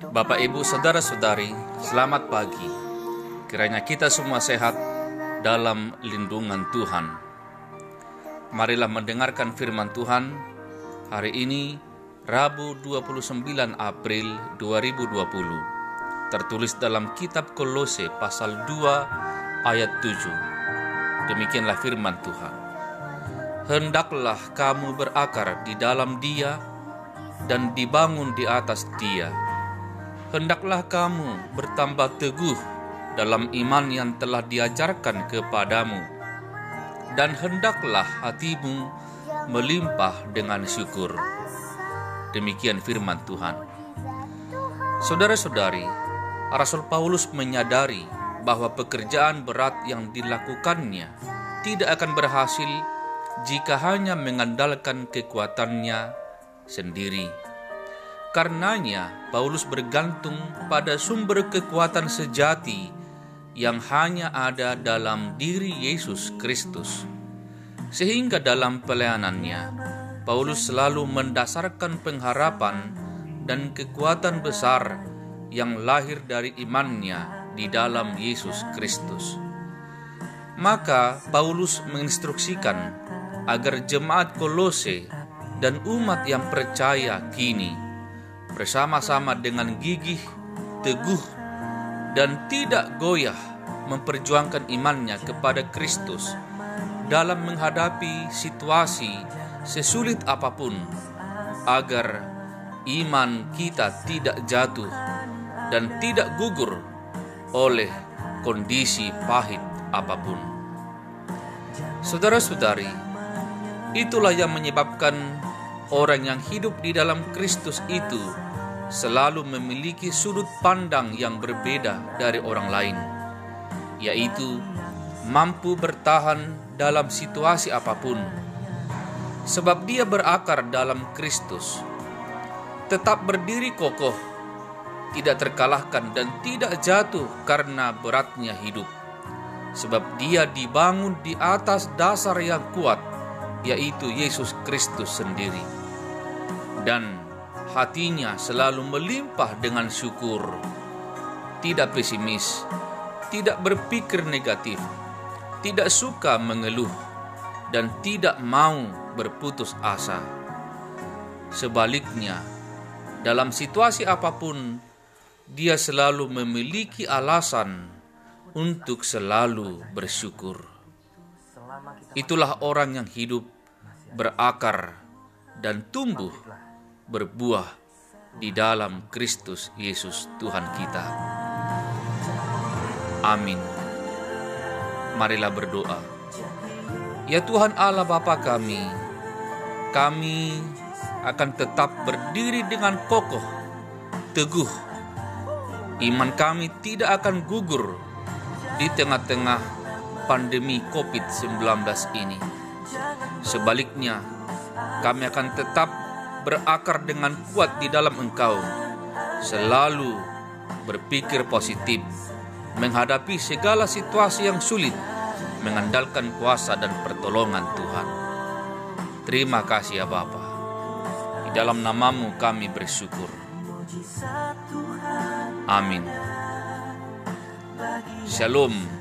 Bapak, Ibu, Saudara-saudari, selamat pagi. Kiranya kita semua sehat dalam lindungan Tuhan. Marilah mendengarkan firman Tuhan hari ini, Rabu 29 April 2020. Tertulis dalam kitab Kolose pasal 2 ayat 7. Demikianlah firman Tuhan. Hendaklah kamu berakar di dalam Dia dan dibangun di atas Dia. Hendaklah kamu bertambah teguh dalam iman yang telah diajarkan kepadamu, dan hendaklah hatimu melimpah dengan syukur. Demikian firman Tuhan. Saudara-saudari, Rasul Paulus menyadari bahwa pekerjaan berat yang dilakukannya tidak akan berhasil jika hanya mengandalkan kekuatannya sendiri. Karenanya, Paulus bergantung pada sumber kekuatan sejati yang hanya ada dalam diri Yesus Kristus. Sehingga dalam pelayanannya, Paulus selalu mendasarkan pengharapan dan kekuatan besar yang lahir dari imannya di dalam Yesus Kristus. Maka Paulus menginstruksikan agar jemaat Kolose dan umat yang percaya kini bersama-sama dengan gigih, teguh, dan tidak goyah memperjuangkan imannya kepada Kristus dalam menghadapi situasi sesulit apapun, agar iman kita tidak jatuh dan tidak gugur oleh kondisi pahit apapun. Saudara-saudari, itulah yang menyebabkan orang yang hidup di dalam Kristus itu selalu memiliki sudut pandang yang berbeda dari orang lain, yaitu mampu bertahan dalam situasi apapun, sebab dia berakar dalam Kristus, tetap berdiri kokoh, tidak terkalahkan dan tidak jatuh karena beratnya hidup, sebab dia dibangun di atas dasar yang kuat, yaitu Yesus Kristus sendiri. Dan hatinya selalu melimpah dengan syukur, tidak pesimis, tidak berpikir negatif, tidak suka mengeluh, dan tidak mau berputus asa. Sebaliknya, dalam situasi apapun, dia selalu memiliki alasan untuk selalu bersyukur. Itulah orang yang hidup, berakar, dan tumbuh berbuah di dalam Kristus Yesus Tuhan kita. Amin. Marilah berdoa. Ya Tuhan Allah Bapa kami akan tetap berdiri dengan kokoh, teguh. Iman kami tidak akan gugur di tengah-tengah pandemi COVID-19 ini. Sebaliknya, kami akan tetap berakar dengan kuat di dalam Engkau, selalu berpikir positif, menghadapi segala situasi yang sulit, mengandalkan kuasa dan pertolongan Tuhan. Terima kasih ya Bapa. Di dalam nama-Mu kami bersyukur. Amin. Shalom.